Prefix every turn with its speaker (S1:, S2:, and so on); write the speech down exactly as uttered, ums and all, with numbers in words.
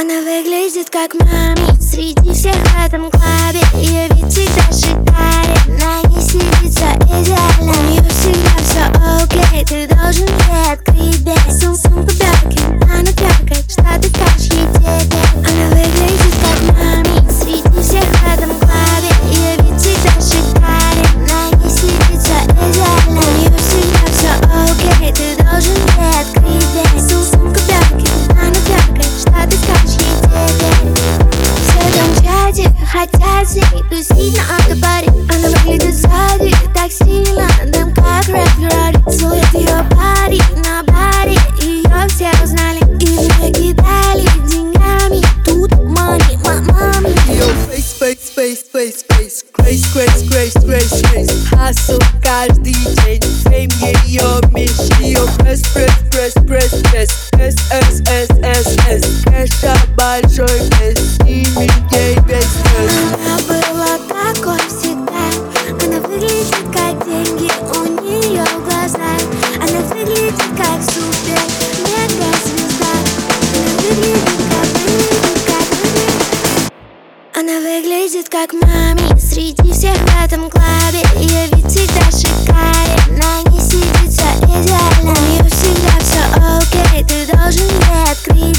S1: Она выглядит как мами среди всех в этом клабе. Ее ведь всегда шикарен, на ней сидится идеально. У нее всегда все окей, ты должен ей открыть дверь. Сум сумка Бёркин, она тверкает, что ты скажешь ей теперь. Она выглядит как мами среди всех в этом клабе. Ее ведь всегда шикарен, на ней сидится идеально. У нее всегда все окей, ты должен ей открыть дверь. Сум сумка Бёркин, она тверкает, что ты скажешь ей теперь. Все там в чате хотят с ней тусить на автопаре. Она выглядит сзади так сильно, дым как Red Ferrari. Целует ее парень на баре, ее все узнали и накидали деньгами. Тут money, мамами.
S2: Ее face, face, face, face, face, Grace, Grace, Grace, Grace, Grace. Hustle каждый день, фейм ее меч. Ее пресс, пресс, пресс, пресс, пресс, S, S, S, S, S. Кэша большой вес, снимет ей весь стресс.
S1: Она была такой всегда. Она выглядит как деньги у нее в глазах. Она выглядит как супер мега звезда. Она выглядит как, выглядит как, выглядит. Она выглядит как мами среди всех в этом клабе. Ее ведь всегда шикарен, на ней сидится идеально. У нее всегда все окей, ты должен ей открыть.